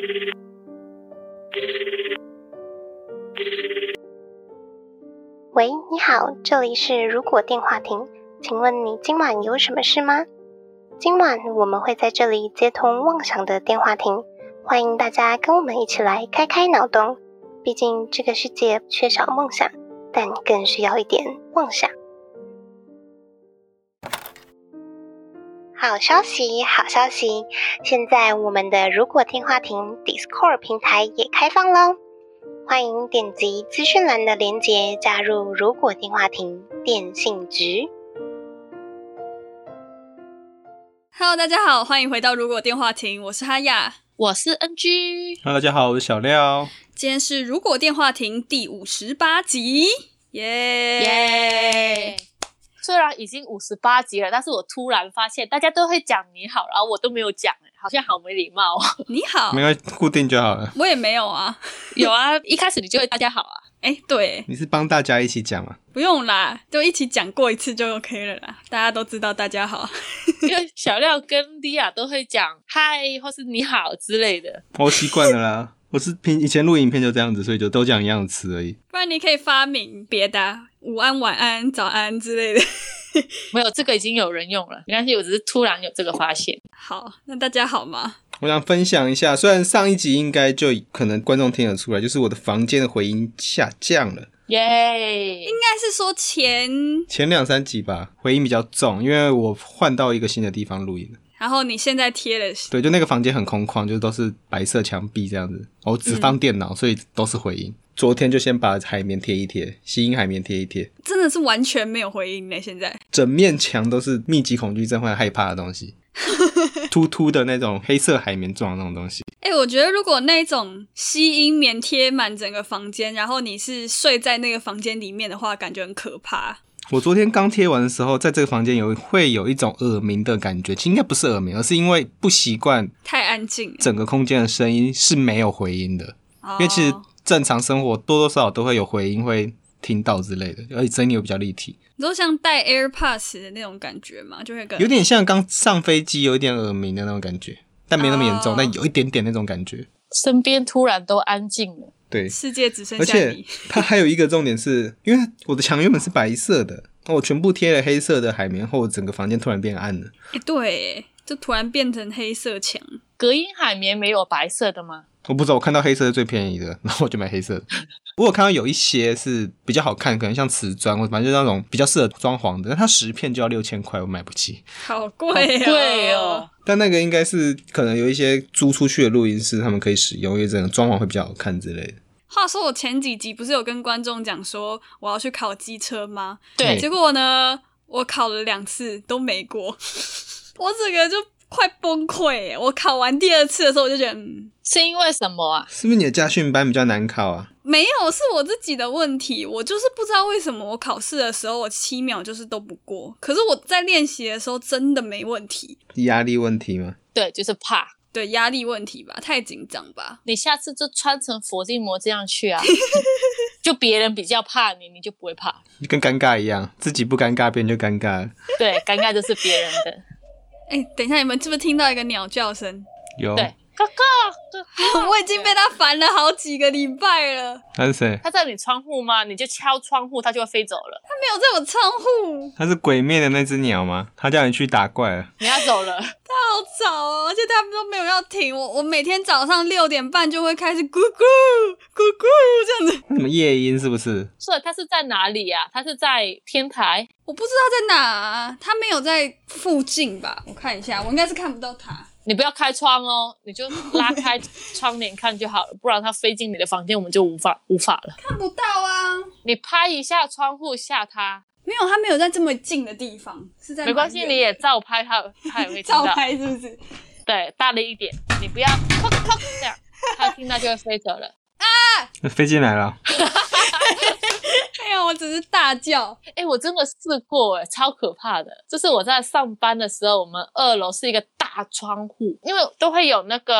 喂，你好，这里是如果电话亭，请问你今晚有什么事吗？今晚我们会在这里接通妄想的电话亭，欢迎大家跟我们一起来开开脑洞。毕竟这个世界缺少梦想，但更需要一点妄想。好消息，好消息！现在我们的如果电话亭 Discord 平台也开放咯，欢迎点击资讯栏的连结加入如果电话亭电信局。 Hello， 大家好，欢迎回到如果电话亭，我是哈雅， 我是 NG。 Hello， 大家好，我是小廖。 今天是如果电话亭第58集，耶！ 虽然已经58集了，但是我突然发现大家都会讲你好，然后我都没有讲，好像好没礼貌。 你好， 没关系，固定就好了。 我也没有啊。 有啊，一开始你就会大家好啊。 对， 你是帮大家一起讲吗？ 不用啦，就一起讲过一次就 OK 了啦，大家都知道大家好。 因为小廖跟莉亚都会讲嗨或是你好之类的， 我习惯了啦。我是以前录影片就这样子，所以就都讲一样的词而已。 不然你可以发明别的，午安、晚安、早安之类的。 没有，这个已经有人用了，没关系，我只是突然有这个发现。 好，那大家好吗？ 我想分享一下，虽然上一集应该就可能观众听得出来，就是我的房间的回音下降了。 耶！ 应该是说前 2-3集吧，回音比较重，因为我换到一个新的地方录音了。 然后你现在贴了， 对，就那个房间很空旷，就都是白色墙壁这样子。我只放电脑，所以都是回音。昨天就先把海绵贴一贴，吸音海绵贴一贴， 真的是完全没有回音呢。现在整面墙都是密集恐惧症会害怕的东西，突突的那种黑色海绵状的那种东西。 我觉得如果那种吸音棉贴满整个房间，然后你是睡在那个房间里面的话，感觉很可怕。 我昨天刚贴完的时候，在这个房间会有一种耳鸣的感觉，其实应该不是耳鸣，而是因为不习惯太安静， 整个空间的声音是没有回音的。因为其实正常生活多多少少都会有回音会听到之类的，而且声音又比较立体。 你说像戴 AirPods 的那种感觉吗？就会有点像刚上飞机有一点耳鸣的那种感觉，但没那么严重，但有一点点那种感觉。 身边突然都安静了。 对， 世界只剩下你。 而且它还有一个重点是，因为我的墙原本是白色的，我全部贴了黑色的海绵后，整个房间突然变暗了。 对，就突然变成黑色墙。 隔音海绵没有白色的吗？ 我不知道，我看到黑色是最便宜的，然后我就买黑色的。不过我看到有一些是比较好看，可能像瓷砖或者反正就是那种比较适合装潢的，但它10片就要6000块，我买不起， 好贵哦。 但那个应该是可能有一些租出去的录音室他们可以使用，因为整个装潢会比较好看之类的。 话说我前几集不是有跟观众讲说我要去考机车吗？ 对， 结果呢我考了2次都没过，我整个就快崩溃耶。我考完第2次的时候我就觉得是因为什么啊？ 是不是你的家训班比较难考啊？ 没有，是我自己的问题。我就是不知道为什么我考试的时候我7秒就是都不过，可是我在练习的时候真的没问题。 压力问题吗？ 对，就是怕。 对，压力问题吧，太紧张吧。 你下次就穿成佛地魔这样去啊，就别人比较怕你，你就不会怕， 就跟尴尬一样，自己不尴尬别人就尴尬了。 对，尴尬就是别人的。 等一下，你们是不是听到一个鸟叫声？ 有。 对，哥哥我已经被他烦了好几个礼拜了。 他是谁？ 他在你窗户吗？你就敲窗户，他就会飞走了。 他没有在我窗户。 他是鬼灭的那只鸟吗？他叫你去打怪了。 你要走了。 他好吵哦，而且他们都没有要停。我每天早上6点半就会开始咕咕咕咕这样子。 什么夜莺是不是？ 所以他是在哪里啊？他是在天台？ 我不知道在哪啊，他没有在附近吧？我看一下，我应该是看不到他。 你不要开窗哦，你就拉开窗帘看就好了，不然它飞进你的房间，我们就无法了。 看不到啊！ 你拍一下窗户吓他。 没有，他没有在这么近的地方，是在没关系，你也照拍他也会听到。 照拍是不是？ 对，大力一点，你不要砰砰这样，他听到就会飞走了。 啊！ 飞进来了。 没有，我只是大叫。 我真的试过超可怕的。就是我在上班的时候，我们2楼是一个大窗户，因为都会有那个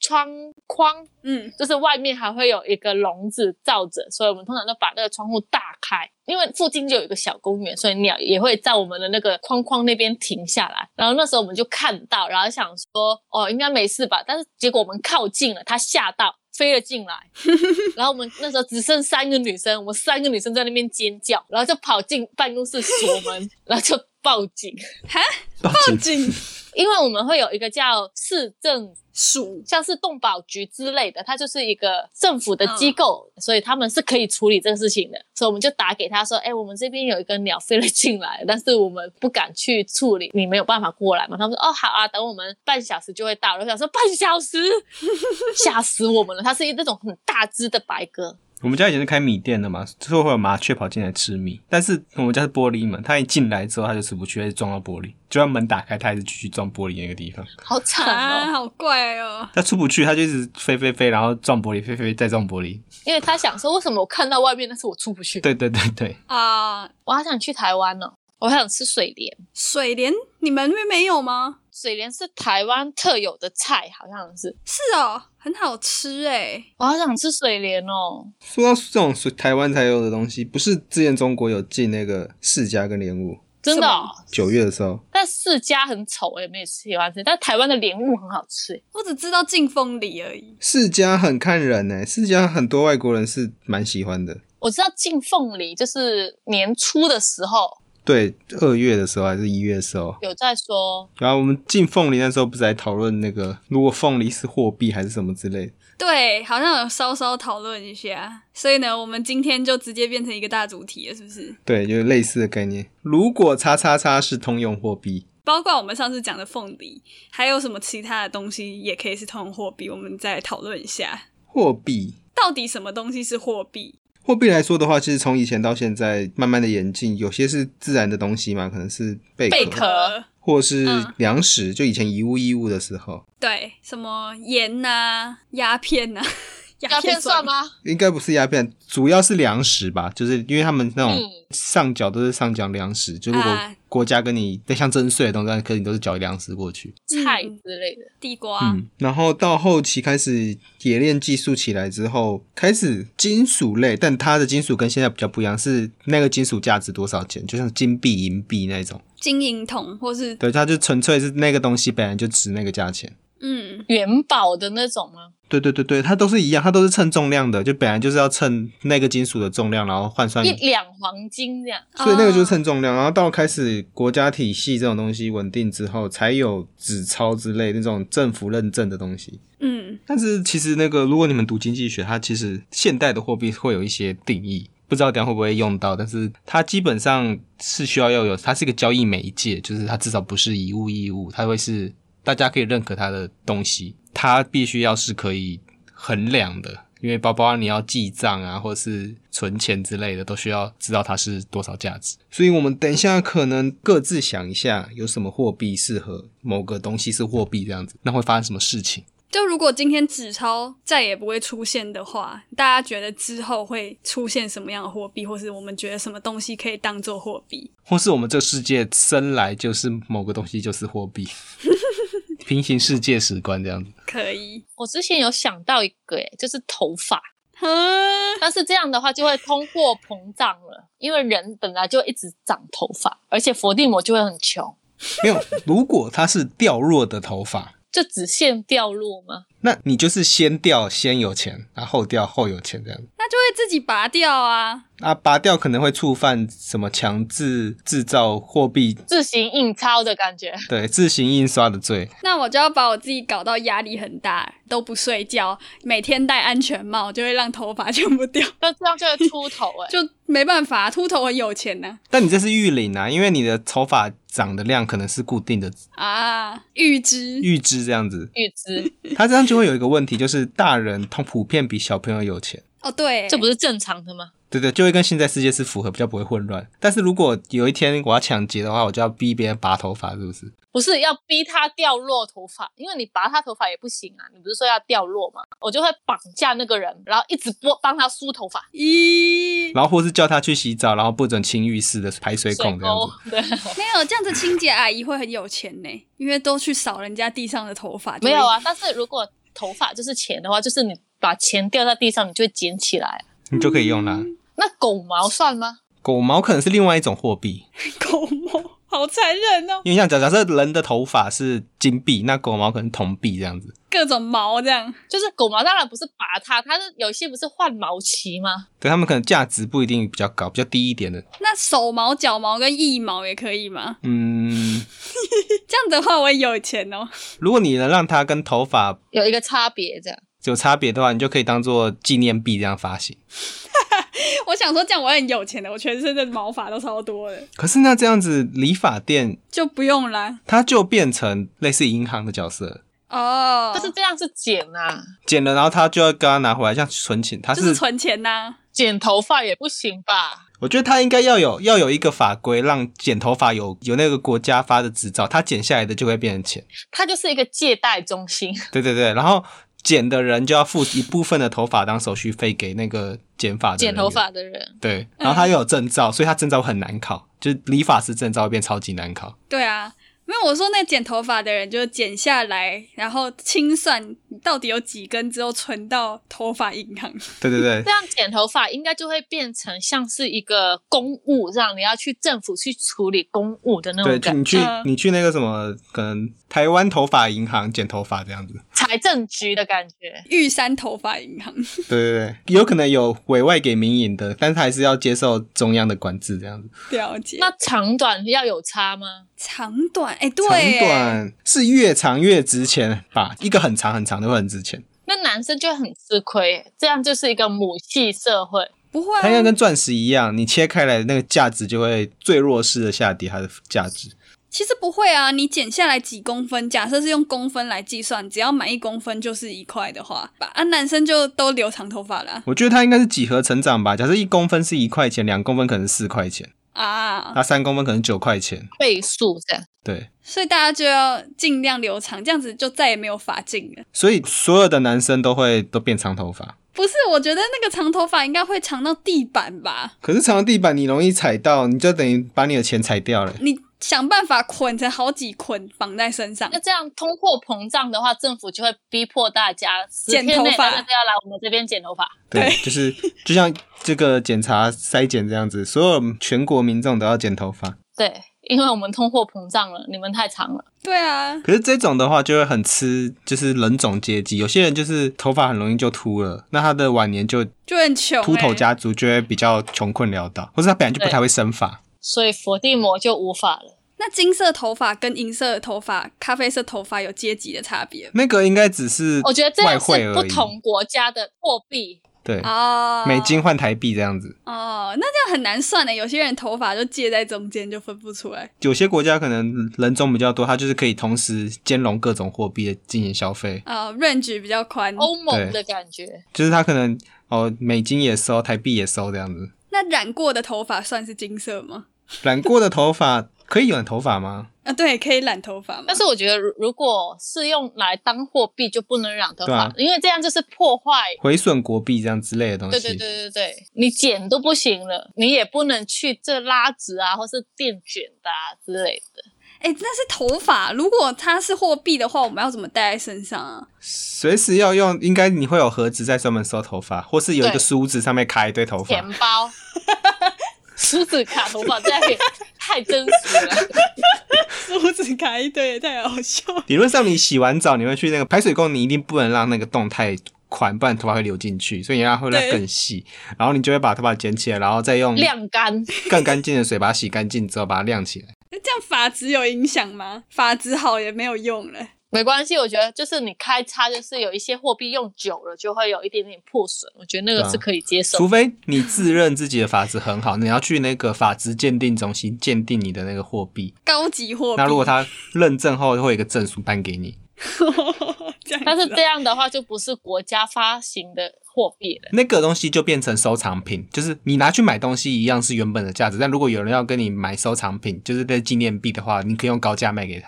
窗框， 嗯， 就是外面还会有一个笼子罩着，所以我们通常都把那个窗户大开，因为附近就有一个小公园，所以鸟也会在我们的那个框框那边停下来。然后那时候我们就看到，然后想说哦应该没事吧，但是结果我们靠近了，它吓到飞了进来，然后我们那时候只剩3个女生，我们3个女生在那边尖叫，然后就跑进办公室锁门，然后就报警。 哈， 报警， 因为我们会有一个叫市政署， 像是动保局之类的，它就是一个政府的机构，所以他们是可以处理这个事情的。所以我们就打给他说，我们这边有一个鸟飞了进来，但是我们不敢去处理，你没有办法过来吗？他们说哦好啊，等我们半小时就会到。我想说半小时，吓死我们了。它是那种很大只的白鸽。 我们家以前是开米店的嘛，之后会有麻雀跑进来吃米，但是我们家是玻璃门，它一进来之后它就出不去，它就撞到玻璃，就算门打开它还是继续撞玻璃那个地方， 好惨啊， 哦。 好怪哦。 它出不去，它就一直飞，然后撞玻璃，飞再撞玻璃。 因为他想说为什么我看到外面但是我出不去。 对啊， 我好想去台湾哦，我好想吃水莲。 水莲你们那边没有吗？ 水莲是台湾特有的菜，好像是。 是哦，很好吃欸。 我好想吃水莲哦。 说到这种台湾才有的东西，不是之前中国有进那个释迦跟莲雾？ 真的哦 9月的时候， 但释迦很丑，我也没喜欢吃。但台湾的莲雾很好吃。 我只知道劲凤梨而已。 释迦很看人欸，释迦很多外国人是蛮喜欢的。 我知道劲凤梨就是年初的时候对，2月的时候还是1月的时候有在说。 然后我们进凤梨那时候不是在讨论那个如果凤梨是货币还是什么之类的。 对，好像有稍稍讨论一下，所以呢，我们今天就直接变成一个大主题了，是不是？ 对，就是类似的概念。如果叉叉叉是通用货币， 包括我们上次讲的凤梨，还有什么其他的东西也可以是通用货币，我们再讨论一下。 货币到底什么东西是货币？ 货币来说的话，其实从以前到现在慢慢的演进，有些是自然的东西嘛，可能是贝壳或是粮食，就以前以物的时候。 对，什么盐啊、鸦片啊。 鸦片算吗？ 应该不是鸦片，主要是粮食吧，就是因为他们那种上缴都是上缴粮食，就如果国家跟你像征税的东西，可能你都是缴粮食过去， 菜之类的， 地瓜。 然后到后期开始冶炼技术起来之后，开始金属类，但它的金属跟现在比较不一样，是那个金属价值多少钱，就像金币、银币那种， 金银铜或是对，它就纯粹是那个东西本来就值那个价钱。 元宝的那种吗？ 对，它都是一样，它都是称重量的，就本来就是要称那个金属的重量，然后换算 1两黄金这样。 所以那个就是称重量，然后到开始国家体系这种东西稳定之后，才有纸钞之类那种政府认证的东西。但是其实那个如果你们读经济学，它其实现代的货币会有一些定义，不知道等一下会不会用到，但是它基本上是需要有，它是一个交易媒介，就是它至少不是以物易物，它会是大家可以认可它的东西，它必须要是可以衡量的，因为包括你要记账啊，或是存钱之类的，都需要知道它是多少价值。所以我们等一下可能各自想一下，有什么货币适合某个东西是货币这样子，那会发生什么事情？ 就如果今天纸钞再也不会出现的话，大家觉得之后会出现什么样的货币，或是我们觉得什么东西可以当作货币， 或是我们这个世界生来就是某个东西就是货币平行世界史观这样子。 可以。 我之前有想到一个就是头发，但是这样的话就会通货膨胀了，因为人本来就一直长头发，而且伏地魔就会很穷。 没有，如果它是掉落的头发就只限掉落吗？ 那你就是先掉先有钱，然后后掉后有钱这样。 那就会自己拔掉啊。 拔掉可能会触犯什么强制制造货币、 自行印钞的感觉。 对，自行印刷的罪。 那我就要把我自己搞到压力很大，都不睡觉，每天戴安全帽，就会让头发全部掉。 那这样就会秃头就没办法，秃头很有钱啊。 但你这是预领啊，因为你的头发长的量可能是固定的啊，预知这样子。 预知， 他这样就会有一个问题，就是大人普遍比小朋友有钱。 哦，对， 这不是正常的吗？ 对，就会跟现在世界是符合，比较不会混乱。但是如果有一天我要抢劫的话，我就要逼别人拔头发，是不是？ 不是，要逼他掉落头发，因为你拔他头发也不行啊，你不是说要掉落吗？我就会绑架那个人，然后一直帮他梳头发， 然后或是叫他去洗澡，然后不准清浴室的排水孔这样子。 对， 没有这样子，清洁阿姨会很有钱呢，因为都去扫人家地上的头发。 没有啊，但是如果头发就是钱的话，就是你把钱掉在地上，你就会捡起来， 你就可以用它。 那狗毛算吗？ 狗毛可能是另外一种货币。 狗毛好残忍哦！ 因为像假设人的头发是金币，那狗毛可能铜币这样子， 各种毛这样。 就是狗毛当然不是拔它是有些不是换毛期吗？ 对，他们可能价值不一定比较高，比较低一点的。 那手毛、脚毛跟腋毛也可以吗？ 这样的话我也有钱哦。 如果你能让它跟头发有一个差别，这样有差别的话，你就可以当做纪念币这样发行。 我想说这样我很有钱的，我全身的毛发都超多的。 可是那这样子理发店就不用啦， 它就变成类似银行的角色哦。 但是这样是剪啊， 剪了然后他就要跟他拿回来，像存钱，他就是存钱啊。 剪头发也不行吧？ 我觉得他应该要有一个法规，让剪头发有那个国家发的执照，他剪下来的就会变成钱。 它就是一个借贷中心。 对对对，然后剪的人就要付一部分的头发当手续费给那个剪头发的人。对，然后他又有证照，所以他证照很难考，就是理发师证照会变超级难考。 对啊。没有，我说那剪头发的人就剪下来，然后清算你到底有几根之后存到头发银行。 对对对， 这样剪头发应该就会变成像是一个公务，让你要去政府去处理公务的那种感觉。 对，你去那个什么，可能台湾头发银行剪头发这样子， 财政局的感觉， 玉山头发银行。 对对对，有可能有委外给民营的，但是还是要接受中央的管制这样子。 了解。 那长短要有差吗？ 长短，对， 长短是越长越值钱吧？一个很长很长的会很值钱。 那男生就很吃亏，这样就是一个母系社会。 不会它应该跟钻石一样，你切开来的那个价值就会最弱势的下跌它的价值。 其实不会啊，你剪下来几公分，假设是用公分来计算，只要满1公分就是1块的话，男生就都留长头发了。 我觉得它应该是几何成长吧，假设1公分是1块钱，2公分可能是4块钱啊，那3公分可能9块钱， 倍数这样。 对， 所以大家就要尽量留长，这样子就再也没有发禁了。 所以所有的男生都变长头发。 不是，我觉得那个长头发应该会长到地板吧。 可是长到地板你容易踩到，你就等于把你的钱踩掉了。 你想办法捆成好几捆绑在身上。 那这样通货膨胀的话，政府就会逼迫大家剪头发， 大家要来我们这边剪头发。 对，就像这个检查筛检这样子，所有全国民众都要剪头发。 对，因为我们通货膨胀了，你们太长了。 对啊。 可是这种的话就会很吃，就是人种阶级。有些人就是头发很容易就秃了，那他的晚年就很穷， 秃头家族就会比较穷困潦倒，或是他本来就不太会生发， 所以伏地魔就无法了。 那金色头发跟银色头发、咖啡色头发有阶级的差别？ 那个应该只是我觉得这是不同国家的货币。 对美金换台币这样子。 那这样很难算的，有些人头发就介在中间就分不出来。 有些国家可能人种比较多，它就是可以同时兼容各种货币的进行消费。 range 比较宽， 欧盟的感觉。 就是它可能美金也收，台币也收这样子。 那染过的头发算是金色吗？ 染过的头发可以染头发吗？ 对，可以染头发吗？ 但是我觉得如果是用来当货币就不能染头发，因为这样就是破坏毁损国币这样之类的东西。 对，你剪都不行了，你也不能去这拉直啊或是电卷的之类的。 那是头发，如果它是货币的话，我们要怎么带在身上啊？ 随时要用，应该你会有盒子在专门收头发，或是有一个梳子上面卡一堆头发。 钱包梳子卡头发，这样太真实了。 梳子卡一堆也太好笑。 理论上你洗完澡你会去那个排水沟，你一定不能让那个洞太宽，不然头发会流进去，所以你让它会更细，然后你就会把头发剪起来，然后再用晾干更干净的水把它洗干净之后把它晾起来。 那这样发质有影响吗？发质好也没有用了。 没关系，我觉得就是你开叉，就是有一些货币用久了就会有一点点破损，我觉得那个是可以接受。 除非你自认自己的发质很好，你要去那个发质鉴定中心鉴定你的那个货币， 高级货币。 那如果他认证后会有一个证书颁给你。 但是这样的话就不是国家发行的货币了， 那个东西就变成收藏品，就是你拿去买东西一样是原本的价值，但如果有人要跟你买收藏品，就是这纪念币的话，你可以用高价卖给他。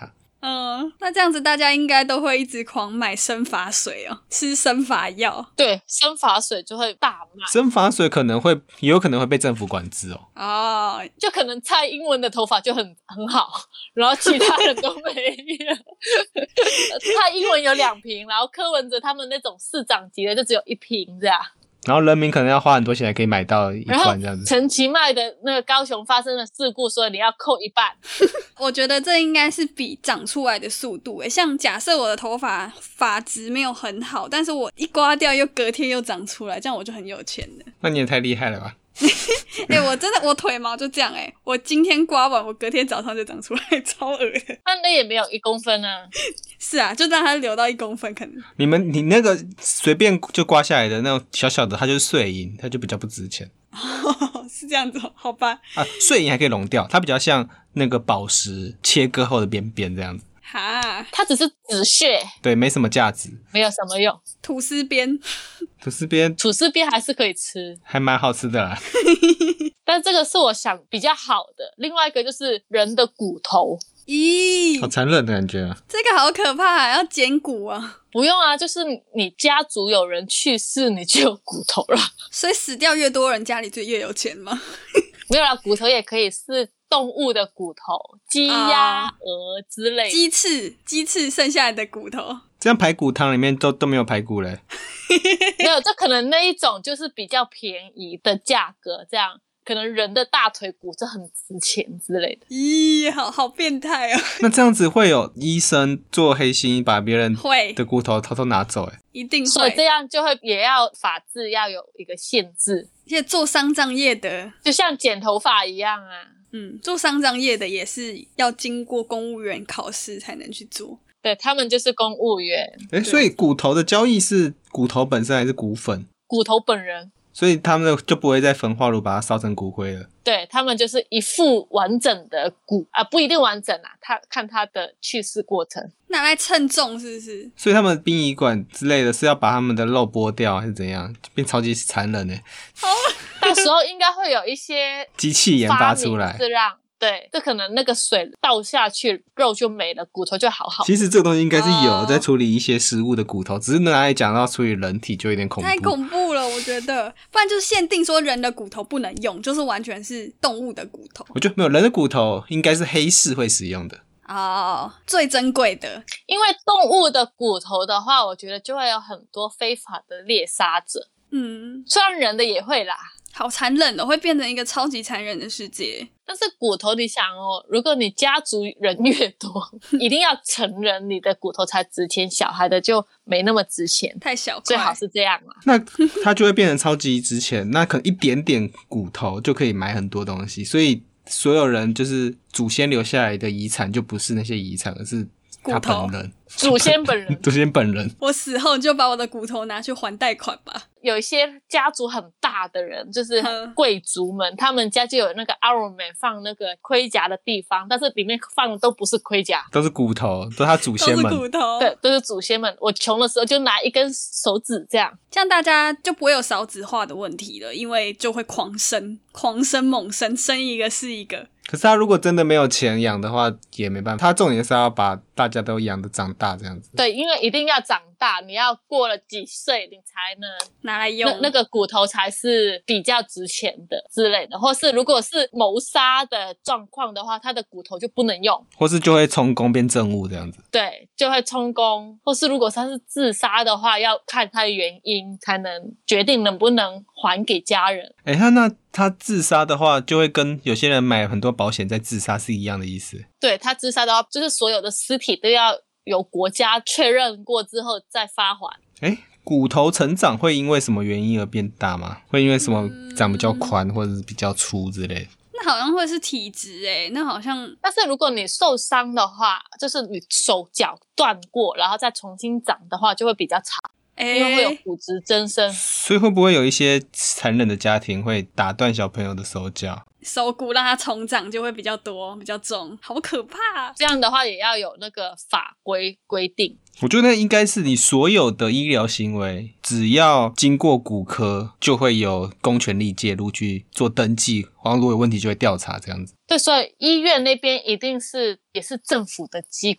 那这样子大家应该都会一直狂买生发水哦，吃生发药。 对，生发水就会大卖。 生发水也有可能会被政府管制哦。 就可能蔡英文的头发就很好，然后其他人都没有。蔡英文有2瓶，然后柯文哲他们那种市长级的就只有1瓶这样。 然后人民可能要花很多钱才可以买到1罐这样子。 陈其迈的那个高雄发生的事故，所以你要扣一半。 我觉得这应该是比长出来的速度像假设我的头发发质没有很好，但是我一刮掉又隔天又长出来，这样我就很有钱了。 那你也太厉害了吧。 我真的我腿毛就这样我今天刮完我隔天早上就长出来，超恶的。 那也没有1公分啊。 是啊，就让它留到1公分可能。 你那个随便就刮下来的那种小小的，它就是碎银，它就比较不值钱。 是这样子好吧。 碎银还可以溶掉，它比较像那个宝石切割后的边边这样子。 哈， 它只是止血， 对，没什么价值， 没有什么用。 吐司边吐司边还是可以吃， 还蛮好吃的啦。 但这个是我想比较好的。另外一个就是人的骨头。 咦， 好残忍的感觉啊！ 这个好可怕要捡骨啊。 不用啊，就是你家族有人去世，你就有骨头了。 所以死掉越多人，家里就越有钱吗？ 没有啦，骨头也可以是动物的骨头，鸡鸭鹅之类的。 鸡翅剩下来的骨头， 这样排骨汤里面都没有排骨嘞。 没有，这可能那一种就是比较便宜的价格，这样可能人的大腿骨这很值钱之类的。 咦，好变态哦。 那这样子会有医生做黑心把别人会的骨头偷偷拿走一定会。 所以这样就会也要法制要有一个限制。 而且做丧葬业的就像剪头发一样啊。 做丧葬业的也是要经过公务员考试才能去做。 对，他们就是公务员。 所以骨头的交易是骨头本身还是骨粉？ 骨头本人。 所以他们就不会在焚化炉把它烧成骨灰了。 对，他们就是一副完整的骨不一定完整啊，看他的去世过程。 拿来称重是不是？ 所以他们殡仪馆之类的是要把他们的肉剥掉还是怎样？变超级残忍耶。 到时候应该会有一些机器研发出来， 是让对，这可能那个水倒下去，肉就没了，骨头就好。 其实这个东西应该是有在处理一些食物的骨头，只是拿来讲到处理人体就有点恐怖， 太恐怖了，我觉得。不然就是限定说人的骨头不能用，就是完全是动物的骨头。 我觉得没有，人的骨头应该是黑市会使用的。 最珍贵的。 因为动物的骨头的话，我觉得就会有很多非法的猎杀者。虽然人的也会啦。 好残忍哦，会变成一个超级残忍的世界。 但是骨头你想如果你家族人越多，一定要成人你的骨头才值钱，小孩的就没那么值钱， 太小块， 最好是这样啦。 那它就会变成超级值钱，那可能一点点骨头就可以买很多东西，所以所有人就是祖先留下来的遗产就不是那些遗产，而是他本人， 祖先本人。 祖先本人。 我死后就把我的骨头拿去还贷款吧。 有一些家族很大的人，就是贵族们，他们家就有那个 Ironman 放那个盔甲的地方，但是里面放的都不是盔甲， 都是骨头，都是他祖先们， 都是骨头。 对，都是祖先们。我穷的时候就拿一根手指这样大家就不会有少子化的问题了，因为就会狂生猛生，生一个是一个。 可是他如果真的没有钱养的话也没办法，他重点是要把大家都养得长大这样子。 对，因为一定要长大，你要过了几岁你才能拿来用， 那个骨头才是比较值钱的之类的。或是如果是谋杀的状况的话，他的骨头就不能用， 或是就会充公变证物这样子。 对，就会充公。或是如果他是自杀的话，要看他的原因才能决定能不能还给家人。 那他自杀的话就会跟有些人买很多保险在自杀是一样的意思。 对，他自杀的话就是所有的尸体都要由国家确认过之后再发还。 骨头成长会因为什么原因而变大吗？会因为什么长比较宽或者是比较粗之类的？ 那好像会是体质那好像。 但是如果你受伤的话，就是你手脚断过然后再重新长的话就会比较长，因为会有骨质增生。 所以会不会有一些残忍的家庭会打断小朋友的手脚， 手骨让它重长就会比较多比较重，好可怕。 这样的话也要有那个法规规定。 我觉得那应该是你所有的医疗行为只要经过骨科就会有公权力介入去做登记，然后如果有问题就会调查这样子。 对，所以医院那边一定是也是政府的机构。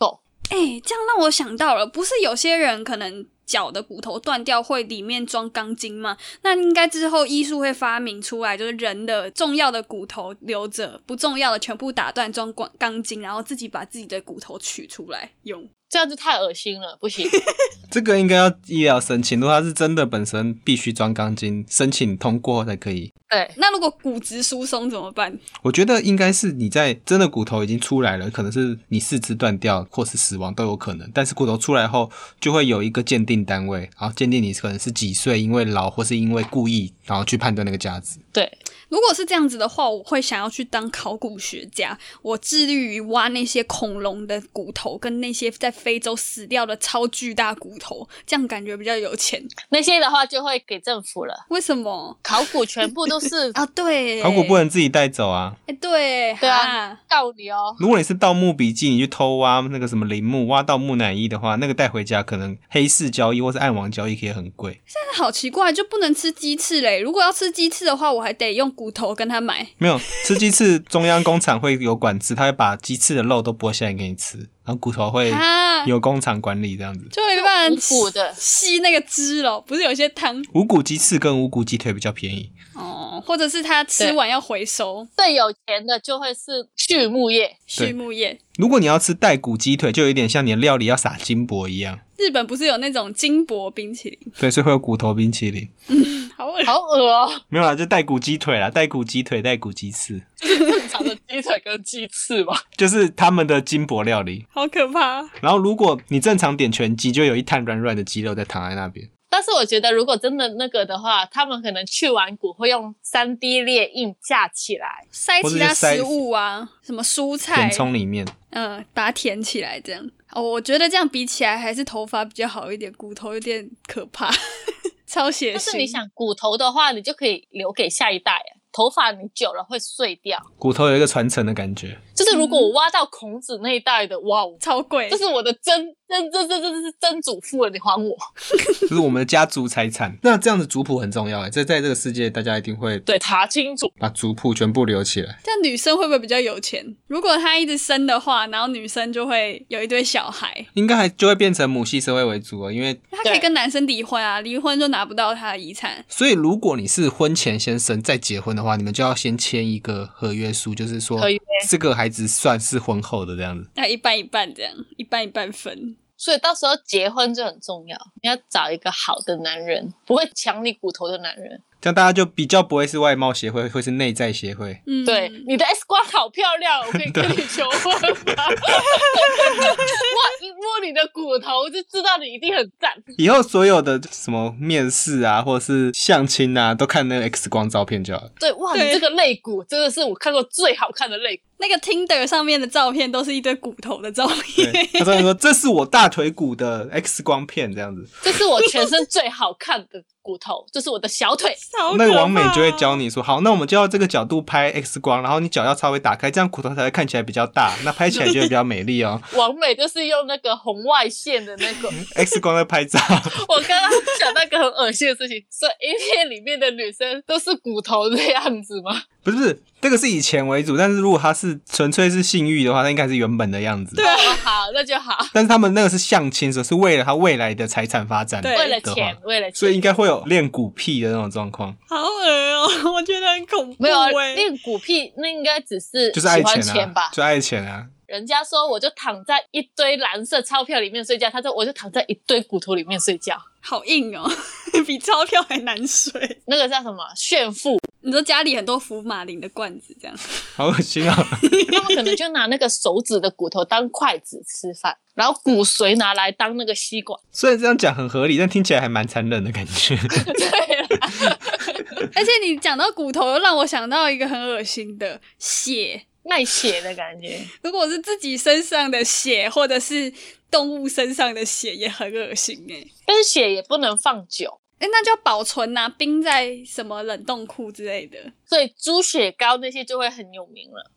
这样让我想到了，不是有些人可能脚的骨头断掉会里面装钢筋吗？那应该之后医术会发明出来，就是人的重要的骨头留着，不重要的全部打断装钢筋，然后自己把自己的骨头取出来用。 这样就太恶心了，不行。 这个应该要医疗申请，如果他是真的本身必须装钢筋，申请通过才可以。 对， 那如果骨质疏松怎么办？ 我觉得应该是你在真的骨头已经出来了，可能是你四肢断掉或是死亡都有可能，但是骨头出来后就会有一个鉴定单位，然后鉴定你可能是几岁，因为老或是因为故意，然后去判断那个价值。 对， 如果是这样子的话，我会想要去当考古学家，我致力于挖那些恐龙的骨头跟那些在非洲死掉的超巨大骨头，这样感觉比较有钱。 那些的话就会给政府了。 为什么？ 考古全部都是啊，对， 考古不能自己带走啊。 对啊，告你哦。 如果你是盗墓笔记，你去偷挖那个什么陵墓，挖到木乃伊的话，那个带回家可能黑市交易或是暗网交易可以很贵。 现在好奇怪，就不能吃鸡翅嘞？如果要吃鸡翅的话，我还得用骨头跟他买。 没有，吃鸡翅中央工厂会有管制，他会把鸡翅的肉都剥下来给你吃，然后骨头会有工厂管理这样子。 就没办法无骨的吸那个汁了，不是有些汤无骨鸡翅跟无骨鸡腿比较便宜哦，或者是他吃完要回收。 最有钱的就会是畜牧业。 畜牧业， 如果你要吃带骨鸡腿，就有点像你的料理要撒金箔一样。 日本不是有那种金箔冰淇淋？ 对，所以会有骨头冰淇淋。 好恶好恶哦。 没有啦，就带骨鸡腿啦，带骨鸡腿，带骨鸡翅， 正常的鸡腿跟鸡翅吧， 就是他们的金箔料理。 好可怕。 然后如果你正常点全鸡，就有一滩软软的鸡肉在躺在那边。 但是我觉得如果真的那个的话，他们可能去完骨会用 3D 列印架起来， 塞其他食物啊，什么蔬菜填充里面， 把它填起来这样。我觉得这样比起来还是头发比较好一点，骨头有点可怕。超血腥。 但是你想骨头的话，你就可以留给下一代，头发你久了会碎掉， 骨头有一个传承的感觉。 就是如果我挖到孔子那一代的，哇， 超贵， 这是我的真祖父了，你还我。 这是我们的家族财产。那这样子族谱很重要，在这个世界大家一定会对查清楚， 把族谱全部留起来。 这样女生会不会比较有钱？如果她一直生的话，然后女生就会有一堆小孩， 应该还就会变成母系社会为主了，因为她可以跟男生离婚啊，离婚就拿不到她的遗产。 所以如果你是婚前先生再结婚的话，你们就要先签一个合约书，就是说这个孩子算是婚后的这样子， 要一半一半这样，一半一半分。 所以到时候结婚就很重要，你要找一个好的男人，不会抢你骨头的男人。 这样大家就比较不会是外貌协会，会是内在协会。 对，你的 X 光好漂亮，我可以跟你求婚吗？哇，一摸你的骨头就知道你一定很赞。 以后所有的什么面试啊，或者是相亲啊，都看那个 X 光照片就好了。 对，哇，你这个肋骨真的是我看过最好看的肋骨。 那个 Tinder 上面的照片都是一堆骨头的照片。 他上面说这是我大腿骨的 X 光片，这样子。 这是我全身最好看的骨头，这是我的小腿。 那个网美就会教你说，好，那我们就要这个角度拍 X 光，然后你脚要稍微打开，这样骨头才会看起来比较大，那拍起来就会比较美丽哦。 网美就是用那个红外线的那个 X 光在拍照。 我刚刚想到一个很恶心的事情，所以 A 片里面的女生都是骨头的样子吗？ 不是，这个是以钱为主，但是如果他是纯粹是性欲的话，那应该是原本的样子。 对，好，那就好。 但是他们那个是相亲，所以是为了他未来的财产发展的话， 为了钱， 所以应该会有练骨癖的那种状况。 好恶哦，我觉得很恐怖。 没有练骨癖，那应该只是就是爱钱钱吧，就爱钱啊。 人家说我就躺在一堆蓝色钞票里面睡觉，他说我就躺在一堆骨头里面睡觉， 好硬哦，比钞票还难睡。 那个叫什么炫富？ 你说家里很多福马林的罐子这样， 好恶心啊！ 他们可能就拿那个手指的骨头当筷子吃饭，然后骨髓拿来当那个吸管。 虽然这样讲很合理，但听起来还蛮残忍的感觉。 对啦， 而且你讲到骨头，又让我想到一个很恶心的血。 卖血的感觉。 如果是自己身上的血，或者是动物身上的血，也很恶心但是血也不能放久。 那就要保存啊，冰在什么冷冻库之类的。 所以猪血糕那些就会很有名了。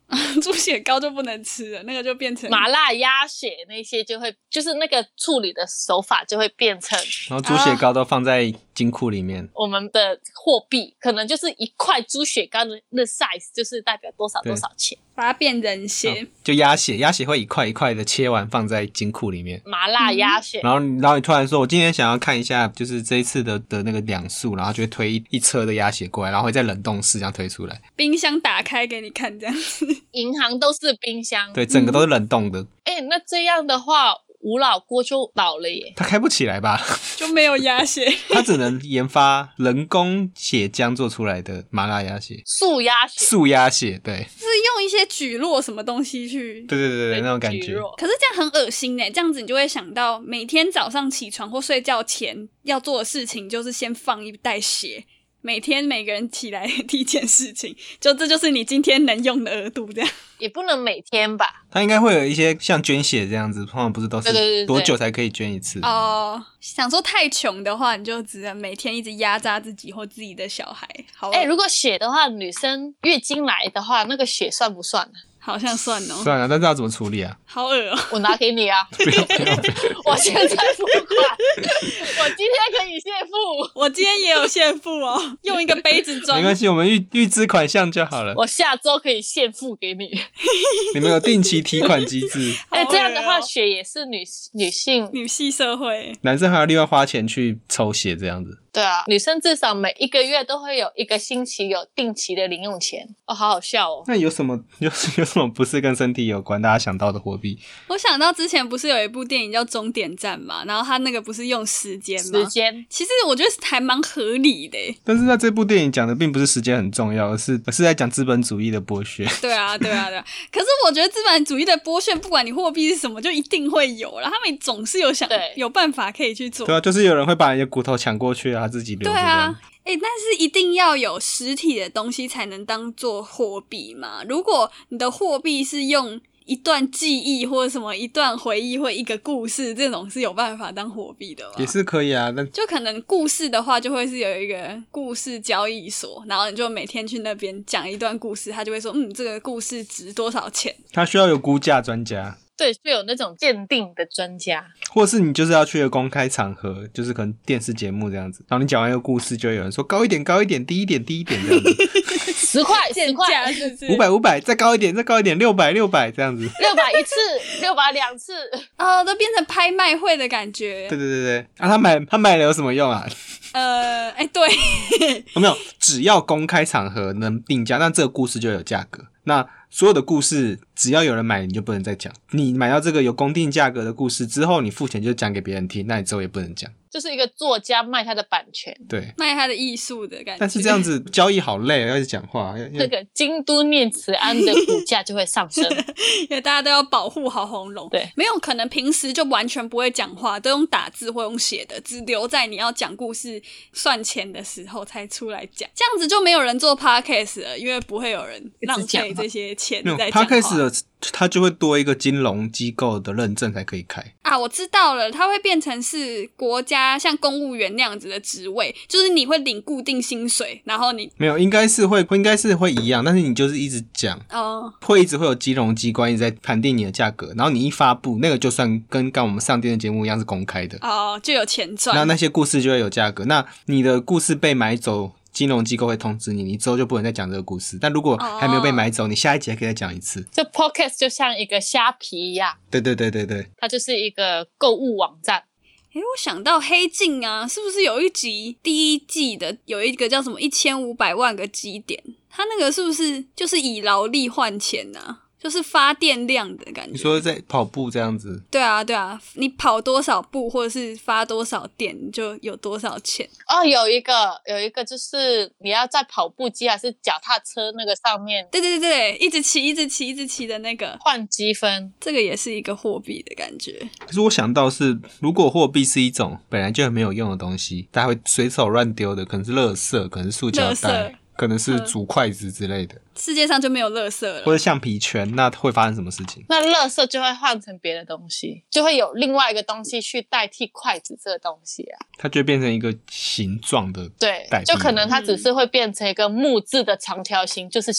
猪血糕就不能吃了，那个就变成麻辣鸭血那些就会，就是那个处理的手法就会变成， 然后猪血糕都放在金库里面， 我们的货币可能就是一块猪血糕的那 size 就是代表多少多少钱， 把它变人血， 就鸭血会一块一块的切完放在金库里面， 麻辣鸭血， 然后你突然说我今天想要看一下就是这一次的那个两数，然后就会推一车的鸭血过来，然后会在冷冻室这样推出来， 冰箱打开给你看这样子。 银行都是冰箱， 对，整个都是冷冻的。 那这样的话吴老锅就老了耶， 他开不起来吧？ 就没有鸭血， 他只能研发人工血浆做出来的麻辣鸭血， 素鸭血， 对， 是用一些蒟蒻什么东西去， 对那种感觉。 可是这样很恶心耶，这样子你就会想到每天早上起床或睡觉前要做的事情就是先放一袋血。每天每个人起来第一件事情，这就是你今天能用的额度，这样也不能每天吧？ 它应该会有一些像捐血这样子，通常不是都是多久才可以捐一次？ 哦，想说太穷的话，你就只能每天一直压榨自己或自己的小孩。好， 如果血的话，女生月经来的话，那个血算不算呢？ 好像算哦， 算了，但是要怎么处理啊？ 好恶哦！ 我拿给你啊！ 不要我现在付款，我今天可以现付， 我今天也有现付哦，用一个杯子装， 没关系，我们预支款项就好了。 我下周可以现付给你。 你们有定期提款机制？ 这样的话，血也是女性女系社会， 男生还要另外花钱去抽血这样子。 对啊，女生至少每一个月都会有1个星期有定期的零用钱哦，好好笑哦。 那有什么不是跟身体有关大家想到的货币？ 我想到之前不是有一部电影叫《终点站》嘛，然后他那个不是用时间吗？其实我觉得还蛮合理的。 但是在这部电影讲的并不是时间很重要，而是在讲资本主义的剥削。 对啊。可是我觉得资本主义的剥削，不管你货币是什么，就一定会有啦，他们总是有办法可以去做。 对啊，就是有人会把你的骨头抢过去啊，自己留着。对啊， 但是一定要有实体的东西才能当做货币嘛。如果你的货币是用一段记忆或者什么一段回忆或一个故事，这种是有办法当货币的吗？ 也是可以啊，但就可能故事的话就会是有一个故事交易所，然后你就每天去那边讲一段故事，他就会说这个故事值多少钱。 他需要有估价专家。 对，就有那种鉴定的专家， 或是你就是要去一个公开场合，就是可能电视节目这样子，然后你讲完一个故事，就会有人说高一点，低一点这样子 ，10块是不是 500再高一点600这样子 ，600一次，6002次， 都变成拍卖会的感觉。 对啊，他买了有什么用啊？ 对， 有没有？只要公开场合能定价，那这个故事就有价格。那所有的故事只要有人买，你就不能再讲。你买到这个有公定价格的故事之后，你付钱就讲给别人听，那你之后也不能讲。 就是一个作家卖他的版权， 对， 卖他的艺术的感觉。 但是这样子交易好累，要一直讲话。 那个京都念慈庵的股价就会上升， 因为大家都要保护好喉咙。 对， 没有可能平时就完全不会讲话，都用打字或用写的，只留在你要讲故事算钱的时候才出来讲。这样子就没有人做 podcast 了，因为不会有人浪费这些钱在讲话。 podcast 的它就会多一个金融机构的认证才可以开啊！我知道了，它会变成是国家像公务员那样子的职位，就是你会领固定薪水，然后你没有，应该是会一样，但是你就是一直讲会一直会有金融机关一直在盘定你的价格，然后你一发布那个就算跟我们上电视节目一样是公开的就有钱赚。 那些故事就会有价格，那你的故事被买走，金融机构会通知你，你之后就不能再讲这个故事。但如果还没有被买走，你下一集还可以再讲一次。 这 podcast 就像一个虾皮一样， 对， 它就是一个购物网站。 我想到黑镜啊，是不是有一集第1季的有一个叫什么1500万个基点？它那个是不是就是以劳力换钱啊？就是发电量的感觉。 你说在跑步这样子？ 对啊，你跑多少步或者是发多少电，你就有多少钱。 有一个就是你要在跑步机还是脚踏车那个上面， 对，一直骑的那个换积分， 这个也是一个货币的感觉。 可是我想到是，如果货币是一种本来就很没有用的东西，大家会随手乱丢的，可能是垃圾，可能是塑胶袋，可能是煮筷子之类的， 世界上就没有垃圾了， 或者橡皮圈，那会发生什么事情？ 那垃圾就会换成别的东西，就会有另外一个东西去代替筷子这个东西啊， 它就会变成一个形状的， 对，就可能它只是会变成一个木质的长条形，就是钱。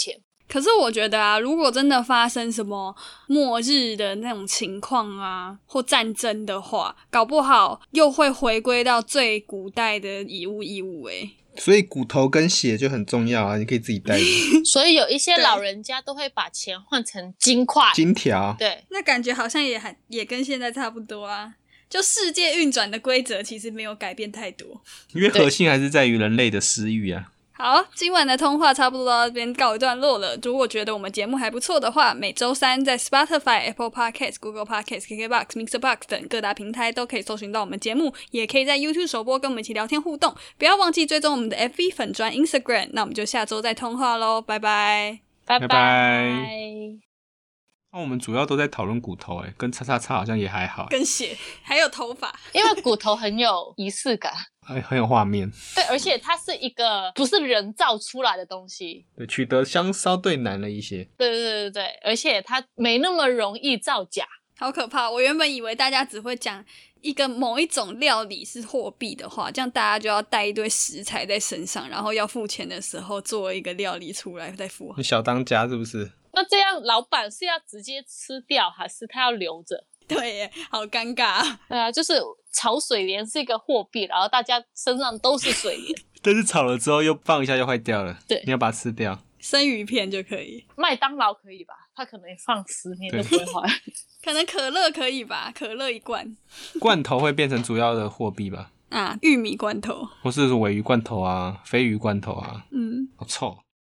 可是我觉得啊，如果真的发生什么末日的那种情况啊，或战争的话，搞不好又会回归到最古代的以物易物所以骨头跟血就很重要啊，你可以自己带着。 所以有一些老人家都会把钱换成金块、 金条。 对， 那感觉好像也跟现在差不多啊。就世界运转的规则其实没有改变太多， 因为核心还是在于人类的私欲啊。 好，今晚的通话差不多到这边告一段落了。如果觉得我们节目还不错的话，每周三在 Spotify、Apple Podcasts、Google Podcasts、KKBOX、Mixerbox 等各大平台都可以搜寻到我们节目，也可以在 YouTube 首播跟我们一起聊天互动。不要忘记追踪我们的 FB 粉专 Instagram。那我们就下周再通话咯，拜拜， 拜拜。那我们主要都在讨论骨头，跟叉叉叉好像也还好， 跟血还有头发， 因为骨头很有仪式感。 很有画面。 对，而且它是一个不是人造出来的东西， 对，取得相对难了一些。 对，而且它没那么容易造假。 好可怕！我原本以为大家只会讲一个某一种料理是货币的话，这样大家就要带一堆食材在身上，然后要付钱的时候做一个料理出来再付。 你小当家是不是？ 那这样老板是要直接吃掉，还是他要留着？ 对耶，好尴尬。 对啊，就是炒水莲是一个货币，然后大家身上都是水莲。 但是炒了之后又放一下就坏掉了。 对， 你要把它吃掉。 生鱼片就可以， 麦当劳可以吧？它可能放10年都不会坏。 可能可乐可以吧？可乐一罐。 罐头会变成主要的货币吧？ 啊，玉米罐头， 或是鲔鱼罐头啊，鲱鱼罐头啊。 嗯， 好臭。